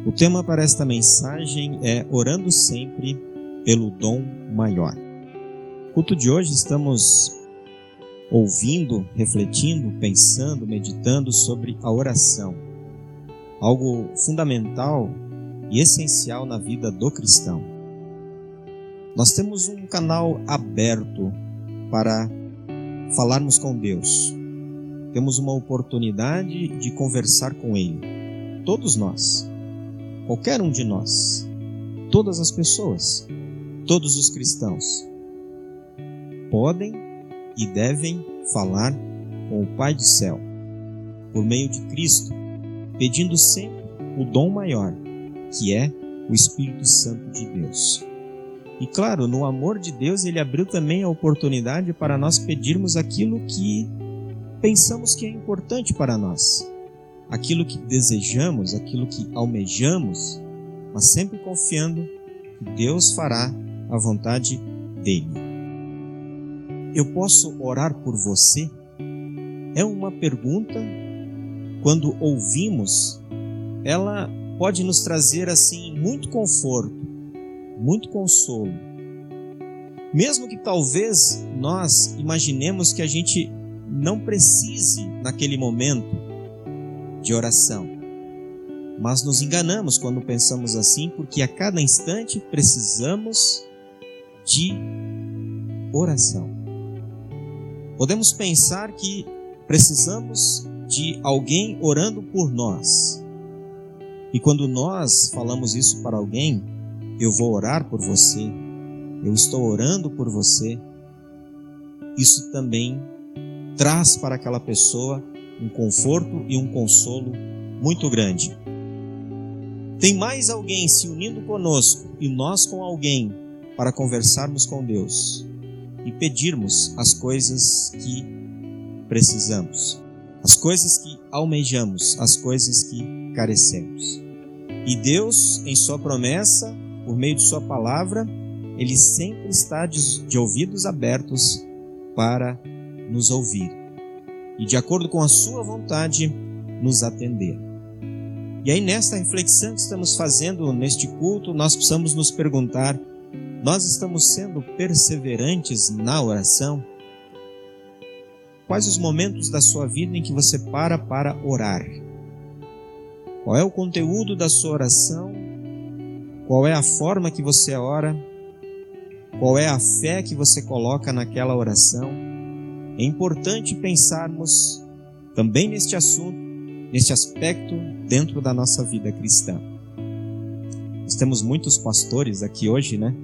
O tema para esta mensagem é Orando Sempre pelo Dom Maior. No culto de hoje estamos ouvindo, refletindo, pensando, meditando sobre a oração. Algo fundamental e essencial na vida do cristão. Nós temos um canal aberto para falarmos com Deus. Temos uma oportunidade de conversar com Ele. Todos nós, qualquer um de nós, todas as pessoas, todos os cristãos, podem e devem falar com o Pai do céu, por meio de Cristo, pedindo sempre o dom maior, que é o Espírito Santo de Deus. E claro, no amor de Deus, Ele abriu também a oportunidade para nós pedirmos aquilo que pensamos que é importante para nós, aquilo que desejamos, aquilo que almejamos, mas sempre confiando que Deus fará a vontade dEle. Eu posso orar por você? É uma pergunta, quando ouvimos, ela pode nos trazer assim muito conforto, muito consolo. Mesmo que talvez nós imaginemos que a gente não precise naquele momento de oração. Mas nos enganamos quando pensamos assim, porque a cada instante precisamos de oração. Podemos pensar que precisamos de alguém orando por nós. E quando nós falamos isso para alguém, eu vou orar por você, eu estou orando por você, isso também traz para aquela pessoa um conforto e um consolo muito grande. Tem mais alguém se unindo conosco e nós com alguém para conversarmos com Deus e pedirmos as coisas que precisamos, as coisas que almejamos, as coisas que carecemos. E Deus, em sua promessa, por meio de sua palavra, Ele sempre está de ouvidos abertos para nos ouvir e, de acordo com a sua vontade, nos atender. E aí, nesta reflexão que estamos fazendo neste culto, nós precisamos nos perguntar: nós estamos sendo perseverantes na oração? Quais os momentos da sua vida em que você para orar? Qual é o conteúdo da sua oração? Qual é a forma que você ora? Qual é a fé que você coloca naquela oração? É importante pensarmos também neste assunto, neste aspecto dentro da nossa vida cristã. Nós temos muitos pastores aqui hoje, né?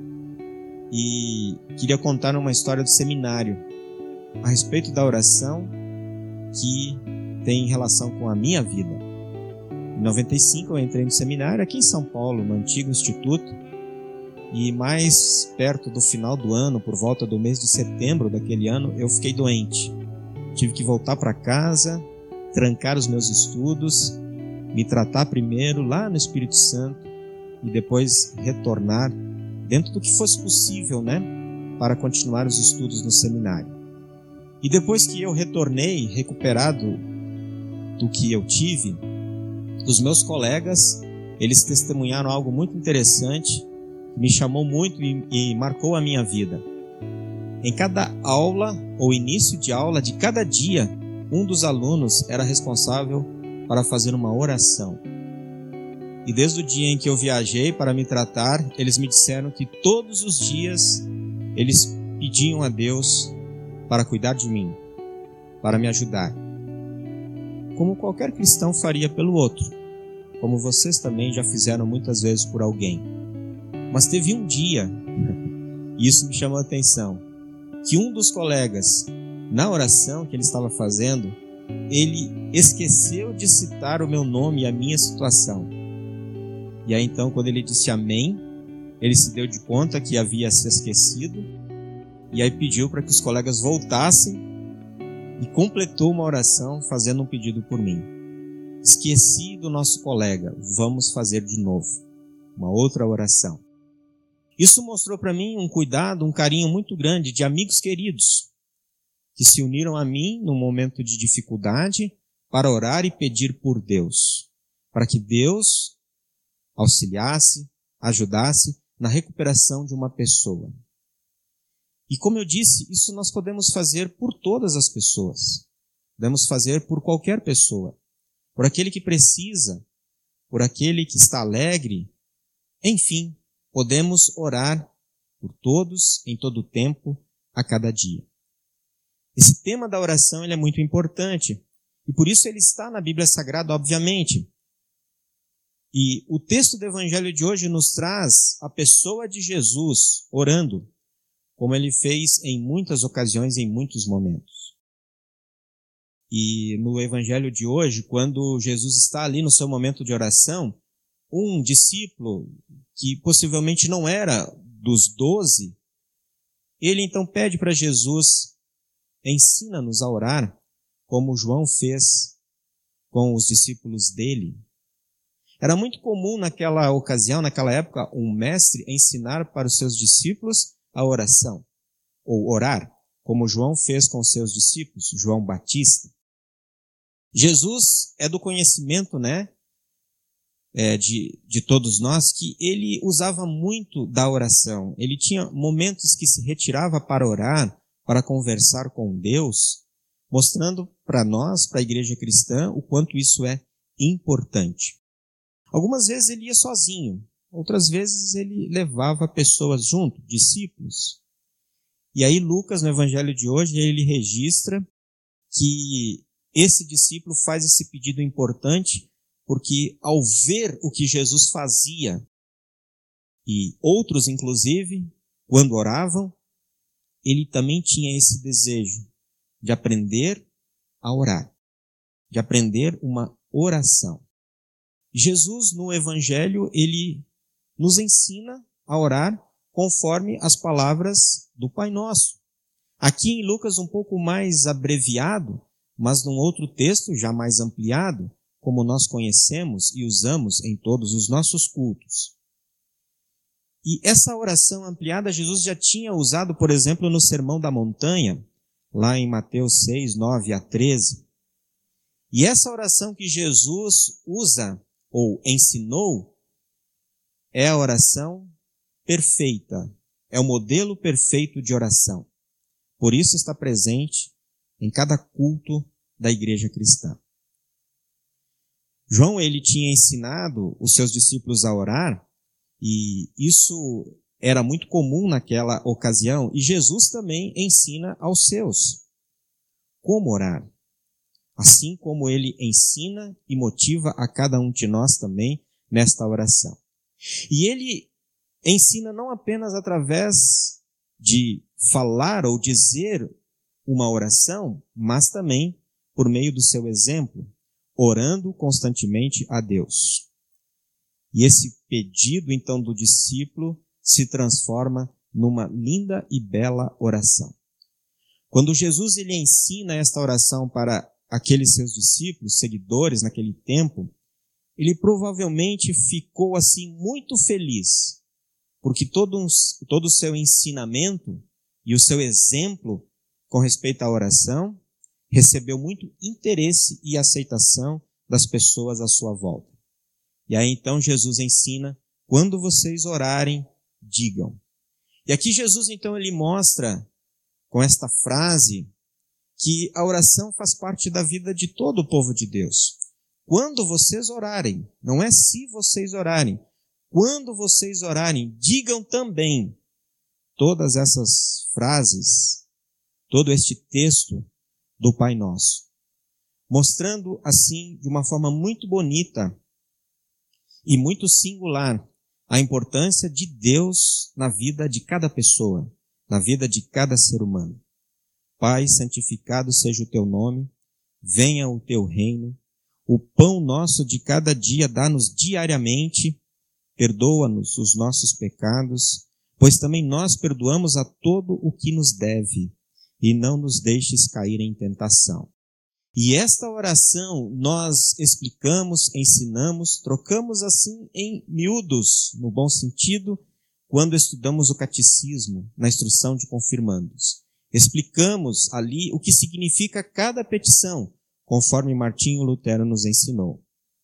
E queria contar uma história do seminário a respeito da oração que tem relação com a minha vida. Em 95 eu entrei no seminário aqui em São Paulo, no antigo instituto, e mais perto do final do ano, por volta do mês de setembro daquele ano, eu fiquei doente. Tive que voltar para casa, trancar os meus estudos, me tratar primeiro lá no Espírito Santo e depois retornar dentro do que fosse possível, né, para continuar os estudos no seminário. E depois que eu retornei, recuperado do que eu tive, os meus colegas, eles testemunharam algo muito interessante, que me chamou muito e marcou a minha vida. Em cada aula, ou início de aula de cada dia, um dos alunos era responsável para fazer uma oração. E desde o dia em que eu viajei para me tratar, eles me disseram que todos os dias eles pediam a Deus para cuidar de mim, para me ajudar, como qualquer cristão faria pelo outro, como vocês também já fizeram muitas vezes por alguém. Mas teve um dia, e isso me chamou a atenção, que um dos colegas, na oração que ele estava fazendo, ele esqueceu de citar o meu nome e a minha situação. E aí então, quando ele disse amém, ele se deu de conta que havia se esquecido, e aí pediu para que os colegas voltassem e completou uma oração fazendo um pedido por mim. Esqueci do nosso colega, vamos fazer de novo uma outra oração. Isso mostrou para mim um cuidado, um carinho muito grande de amigos queridos que se uniram a mim num momento de dificuldade para orar e pedir por Deus, para que Deus auxiliasse, ajudasse na recuperação de uma pessoa. E como eu disse, isso nós podemos fazer por todas as pessoas. Podemos fazer por qualquer pessoa. Por aquele que precisa, por aquele que está alegre. Enfim, podemos orar por todos, em todo o tempo, a cada dia. Esse tema da oração ele é muito importante. E por isso ele está na Bíblia Sagrada, obviamente. E o texto do Evangelho de hoje nos traz a pessoa de Jesus orando, como ele fez em muitas ocasiões, em muitos momentos. E no Evangelho de hoje, quando Jesus está ali no seu momento de oração, um discípulo, que possivelmente não era dos 12, ele então pede para Jesus, ensina-nos a orar, como João fez com os discípulos dele. Era muito comum naquela ocasião, naquela época, um mestre ensinar para os seus discípulos a oração, ou orar, como João fez com os seus discípulos, João Batista. Jesus é do conhecimento, de todos nós, que ele usava muito da oração. Ele tinha momentos que se retirava para orar, para conversar com Deus, mostrando para nós, para a igreja cristã, o quanto isso é importante. Algumas vezes ele ia sozinho, outras vezes ele levava pessoas junto, discípulos. E aí Lucas, no Evangelho de hoje, ele registra que esse discípulo faz esse pedido importante, porque ao ver o que Jesus fazia, e outros inclusive, quando oravam, ele também tinha esse desejo de aprender a orar, de aprender uma oração. Jesus, no Evangelho, ele nos ensina a orar conforme as palavras do Pai Nosso. Aqui em Lucas, um pouco mais abreviado, mas num outro texto já mais ampliado, como nós conhecemos e usamos em todos os nossos cultos. E essa oração ampliada Jesus já tinha usado, por exemplo, no Sermão da Montanha, lá em Mateus 6, 9 a 13. E essa oração que Jesus usa, ou ensinou, é a oração perfeita, é o modelo perfeito de oração. Por isso está presente em cada culto da igreja cristã. João, ele tinha ensinado os seus discípulos a orar, e isso era muito comum naquela ocasião, e Jesus também ensina aos seus como orar. Assim como ele ensina e motiva a cada um de nós também nesta oração. E ele ensina não apenas através de falar ou dizer uma oração, mas também por meio do seu exemplo, orando constantemente a Deus. E esse pedido, então, do discípulo se transforma numa linda e bela oração. Quando Jesus ele ensina esta oração para aqueles seus discípulos, seguidores naquele tempo, ele provavelmente ficou assim muito feliz, porque todo o seu ensinamento e o seu exemplo com respeito à oração recebeu muito interesse e aceitação das pessoas à sua volta. E aí então Jesus ensina, quando vocês orarem, digam. E aqui Jesus então ele mostra com esta frase que a oração faz parte da vida de todo o povo de Deus. Quando vocês orarem, não é se vocês orarem, quando vocês orarem, digam também todas essas frases, todo este texto do Pai Nosso, mostrando assim de uma forma muito bonita e muito singular a importância de Deus na vida de cada pessoa, na vida de cada ser humano. Pai, santificado seja o teu nome, venha o teu reino, o pão nosso de cada dia dá-nos diariamente, perdoa-nos os nossos pecados, pois também nós perdoamos a todo o que nos deve, e não nos deixes cair em tentação. E esta oração nós explicamos, ensinamos, trocamos assim em miúdos, no bom sentido, quando estudamos o catecismo, na instrução de confirmandos. Explicamos ali o que significa cada petição, conforme Martinho Lutero nos ensinou.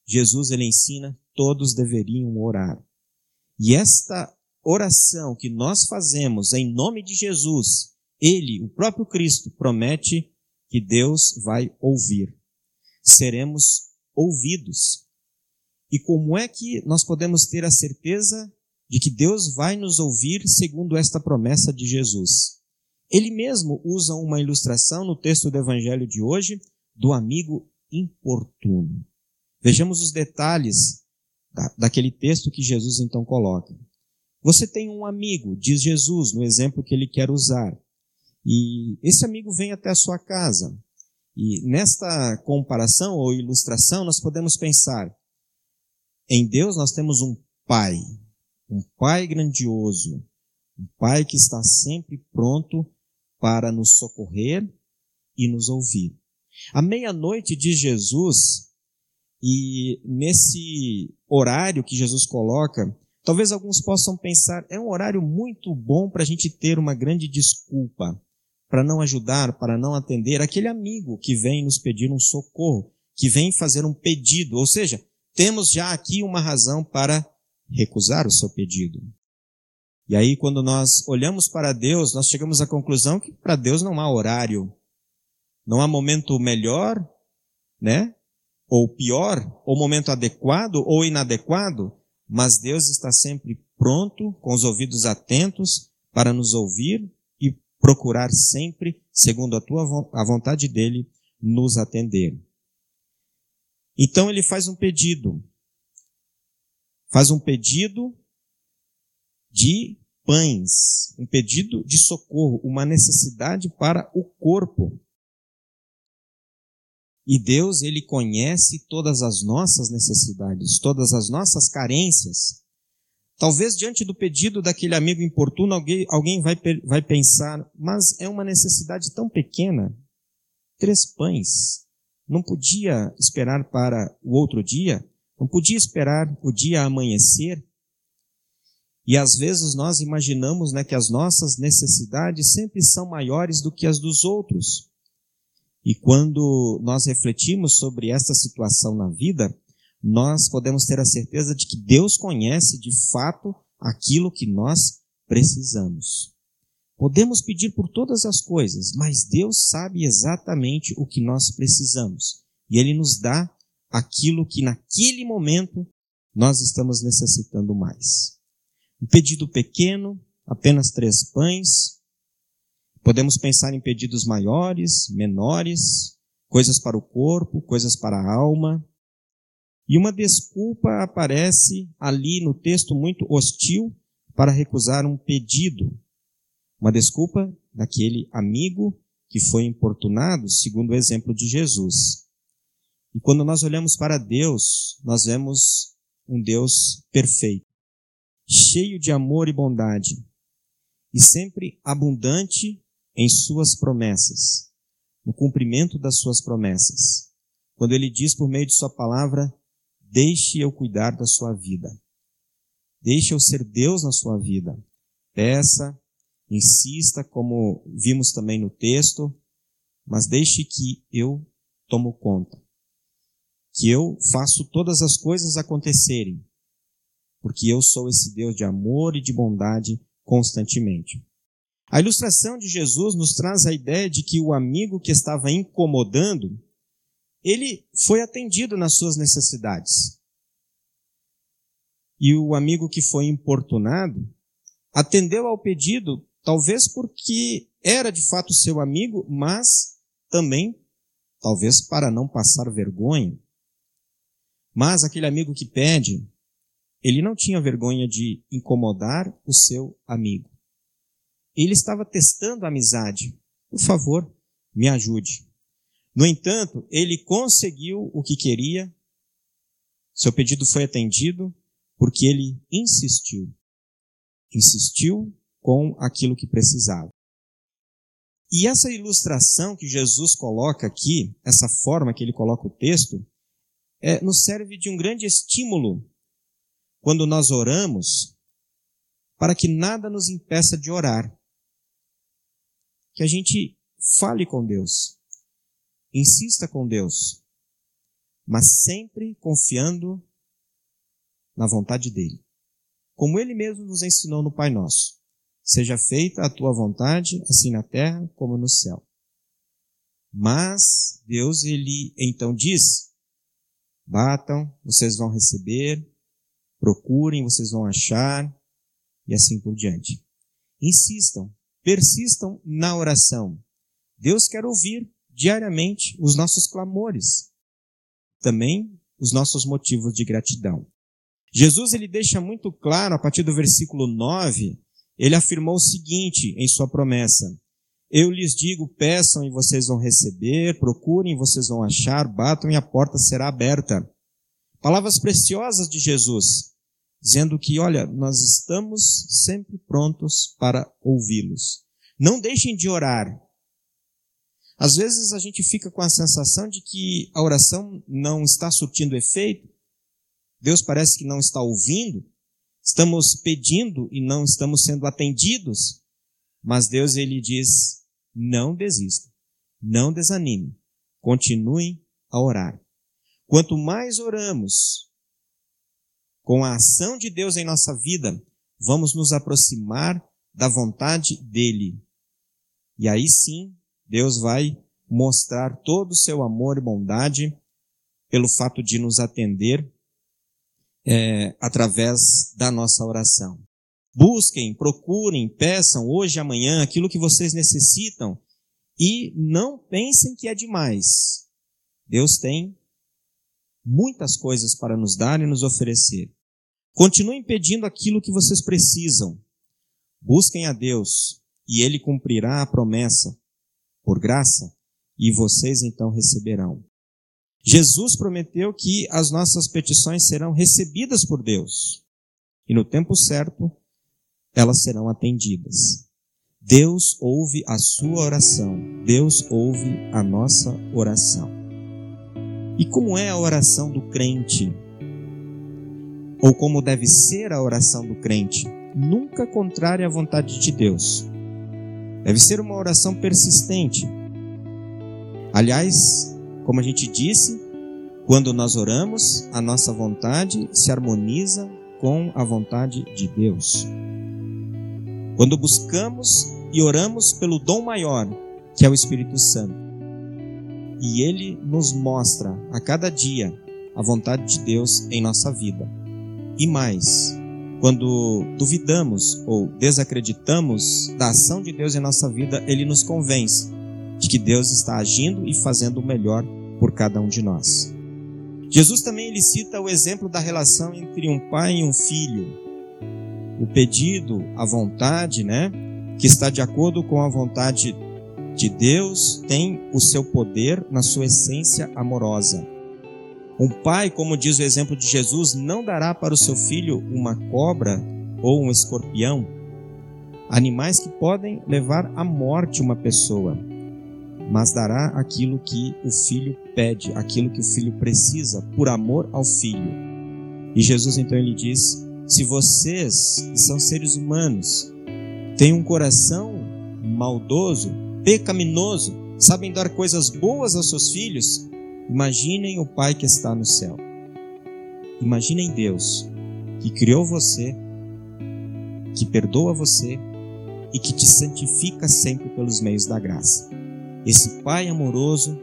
Jesus ele ensina, todos deveriam orar. E esta oração que nós fazemos em nome de Jesus, ele, o próprio Cristo, promete que Deus vai ouvir. Seremos ouvidos. E como é que nós podemos ter a certeza de que Deus vai nos ouvir segundo esta promessa de Jesus? Ele mesmo usa uma ilustração no texto do Evangelho de hoje do amigo importuno. Vejamos os detalhes daquele texto que Jesus então coloca. Você tem um amigo, diz Jesus, no exemplo que ele quer usar. E esse amigo vem até a sua casa. E nesta comparação ou ilustração, nós podemos pensar, em Deus nós temos um Pai grandioso, um Pai que está sempre pronto para nos socorrer e nos ouvir. À meia-noite de Jesus, e nesse horário que Jesus coloca, talvez alguns possam pensar, é um horário muito bom para a gente ter uma grande desculpa, para não ajudar, para não atender aquele amigo que vem nos pedir um socorro, que vem fazer um pedido, ou seja, temos já aqui uma razão para recusar o seu pedido. E aí, quando nós olhamos para Deus, nós chegamos à conclusão que para Deus não há horário, não há momento melhor, né? Ou pior, ou momento adequado ou inadequado, mas Deus está sempre pronto, com os ouvidos atentos, para nos ouvir e procurar sempre, segundo a vontade dele, nos atender. Então ele faz um pedido de pães, um pedido de socorro, uma necessidade para o corpo. E Deus, ele conhece todas as nossas necessidades, todas as nossas carências. Talvez diante do pedido daquele amigo importuno, alguém vai pensar, mas é uma necessidade tão pequena, 3 pães. Não podia esperar para o outro dia? Não podia esperar o dia amanhecer? E às vezes nós imaginamos, né, que as nossas necessidades sempre são maiores do que as dos outros. E quando nós refletimos sobre esta situação na vida, nós podemos ter a certeza de que Deus conhece de fato aquilo que nós precisamos. Podemos pedir por todas as coisas, mas Deus sabe exatamente o que nós precisamos. E Ele nos dá aquilo que naquele momento nós estamos necessitando mais. Um pedido pequeno, apenas 3 pães. Podemos pensar em pedidos maiores, menores, coisas para o corpo, coisas para a alma. E uma desculpa aparece ali no texto muito hostil para recusar um pedido. Uma desculpa daquele amigo que foi importunado, segundo o exemplo de Jesus. E quando nós olhamos para Deus, nós vemos um Deus perfeito, cheio de amor e bondade, e sempre abundante em suas promessas, no cumprimento das suas promessas. Quando ele diz por meio de sua palavra, deixe eu cuidar da sua vida. Deixe eu ser Deus na sua vida. Peça, insista, como vimos também no texto, mas deixe que eu tomo conta. Que eu faço todas as coisas acontecerem. Porque eu sou esse Deus de amor e de bondade constantemente. A ilustração de Jesus nos traz a ideia de que o amigo que estava incomodando, ele foi atendido nas suas necessidades. E o amigo que foi importunado atendeu ao pedido, talvez porque era de fato seu amigo, mas também, talvez para não passar vergonha. Mas aquele amigo que pede, ele não tinha vergonha de incomodar o seu amigo. Ele estava testando a amizade. Por favor, me ajude. No entanto, ele conseguiu o que queria. Seu pedido foi atendido porque ele insistiu. Insistiu com aquilo que precisava. E essa ilustração que Jesus coloca aqui, essa forma que ele coloca o texto, nos serve de um grande estímulo quando nós oramos, para que nada nos impeça de orar. Que a gente fale com Deus, insista com Deus, mas sempre confiando na vontade dele. Como ele mesmo nos ensinou no Pai Nosso. Seja feita a tua vontade, assim na terra como no céu. Mas Deus, ele então diz: batam, vocês vão receber, procurem, vocês vão achar, e assim por diante. Insistam, persistam na oração. Deus quer ouvir diariamente os nossos clamores, também os nossos motivos de gratidão. Jesus, ele deixa muito claro, a partir do versículo 9, ele afirmou o seguinte em sua promessa: eu lhes digo, peçam e vocês vão receber, procurem e vocês vão achar, batam e a porta será aberta. Palavras preciosas de Jesus, dizendo que, olha, nós estamos sempre prontos para ouvi-los. Não deixem de orar. Às vezes a gente fica com a sensação de que a oração não está surtindo efeito. Deus parece que não está ouvindo. Estamos pedindo e não estamos sendo atendidos. Mas Deus, ele diz: não desistam, não desanimem, continuem a orar. Quanto mais oramos com a ação de Deus em nossa vida, vamos nos aproximar da vontade dele. E aí sim, Deus vai mostrar todo o seu amor e bondade pelo fato de nos atender através da nossa oração. Busquem, procurem, peçam hoje e amanhã aquilo que vocês necessitam e não pensem que é demais. Deus tem muitas coisas para nos dar e nos oferecer. Continuem pedindo aquilo que vocês precisam. Busquem a Deus e Ele cumprirá a promessa por graça e vocês então receberão. Jesus prometeu que as nossas petições serão recebidas por Deus e no tempo certo elas serão atendidas. Deus ouve a sua oração. Deus ouve a nossa oração. E como é a oração do crente? Ou como deve ser a oração do crente? Nunca contrária à vontade de Deus. Deve ser uma oração persistente. Aliás, como a gente disse, quando nós oramos, a nossa vontade se harmoniza com a vontade de Deus. Quando buscamos e oramos pelo dom maior, que é o Espírito Santo, e ele nos mostra a cada dia a vontade de Deus em nossa vida. E mais, quando duvidamos ou desacreditamos da ação de Deus em nossa vida, ele nos convence de que Deus está agindo e fazendo o melhor por cada um de nós. Jesus também ele cita o exemplo da relação entre um pai e um filho. O pedido, a vontade, que está de acordo com a vontade de Deus, tem o seu poder na sua essência amorosa. Um pai, como diz o exemplo de Jesus, não dará para o seu filho uma cobra ou um escorpião, animais que podem levar à morte uma pessoa, mas dará aquilo que o filho pede, aquilo que o filho precisa, por amor ao filho. E Jesus então ele diz: se vocês, que são seres humanos, têm um coração maldoso, pecaminoso, sabem dar coisas boas aos seus filhos, imaginem o Pai que está no céu. Imaginem Deus, que criou você, que perdoa você e que te santifica sempre pelos meios da graça. Esse Pai amoroso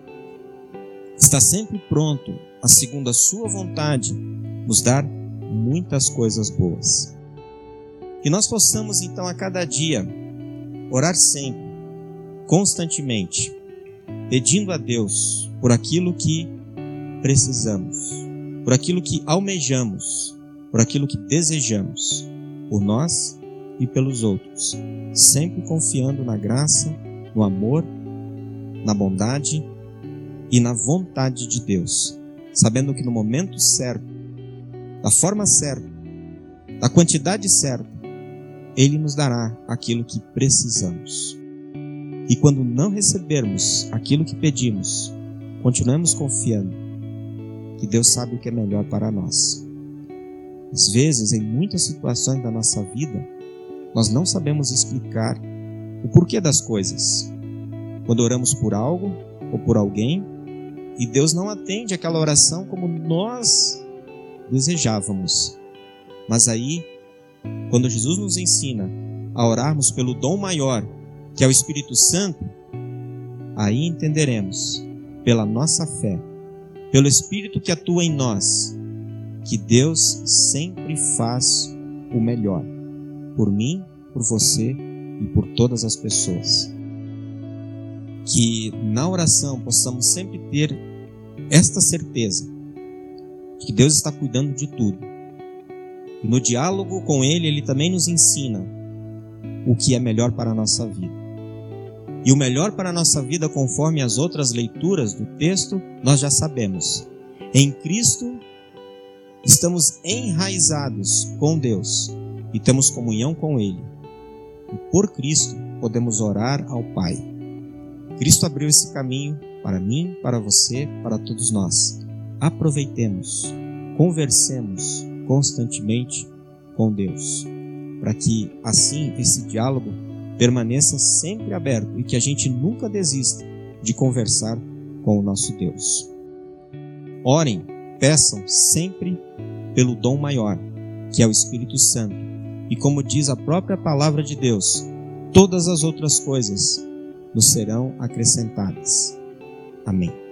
está sempre pronto, a segundo a sua vontade, nos dar muitas coisas boas. Que nós possamos então a cada dia orar sempre, constantemente, pedindo a Deus por aquilo que precisamos, por aquilo que almejamos, por aquilo que desejamos, por nós e pelos outros, sempre confiando na graça, no amor, na bondade e na vontade de Deus, sabendo que no momento certo, da forma certa, da quantidade certa, Ele nos dará aquilo que precisamos. E quando não recebermos aquilo que pedimos, continuemos confiando que Deus sabe o que é melhor para nós. Às vezes, em muitas situações da nossa vida, nós não sabemos explicar o porquê das coisas. Quando oramos por algo ou por alguém, e Deus não atende aquela oração como nós desejávamos. Mas aí, quando Jesus nos ensina a orarmos pelo dom maior, que é o Espírito Santo, aí entenderemos, pela nossa fé, pelo Espírito que atua em nós, que Deus sempre faz o melhor, por mim, por você e por todas as pessoas. Que na oração possamos sempre ter esta certeza, de que Deus está cuidando de tudo. E no diálogo com Ele, Ele também nos ensina o que é melhor para a nossa vida. E o melhor para a nossa vida, conforme as outras leituras do texto, nós já sabemos. Em Cristo, estamos enraizados com Deus e temos comunhão com Ele. E por Cristo, podemos orar ao Pai. Cristo abriu esse caminho para mim, para você, para todos nós. Aproveitemos, conversemos constantemente com Deus, para que assim esse diálogo permaneça sempre aberto e que a gente nunca desista de conversar com o nosso Deus. Orem, peçam sempre pelo dom maior, que é o Espírito Santo. E como diz a própria palavra de Deus, todas as outras coisas nos serão acrescentadas. Amém.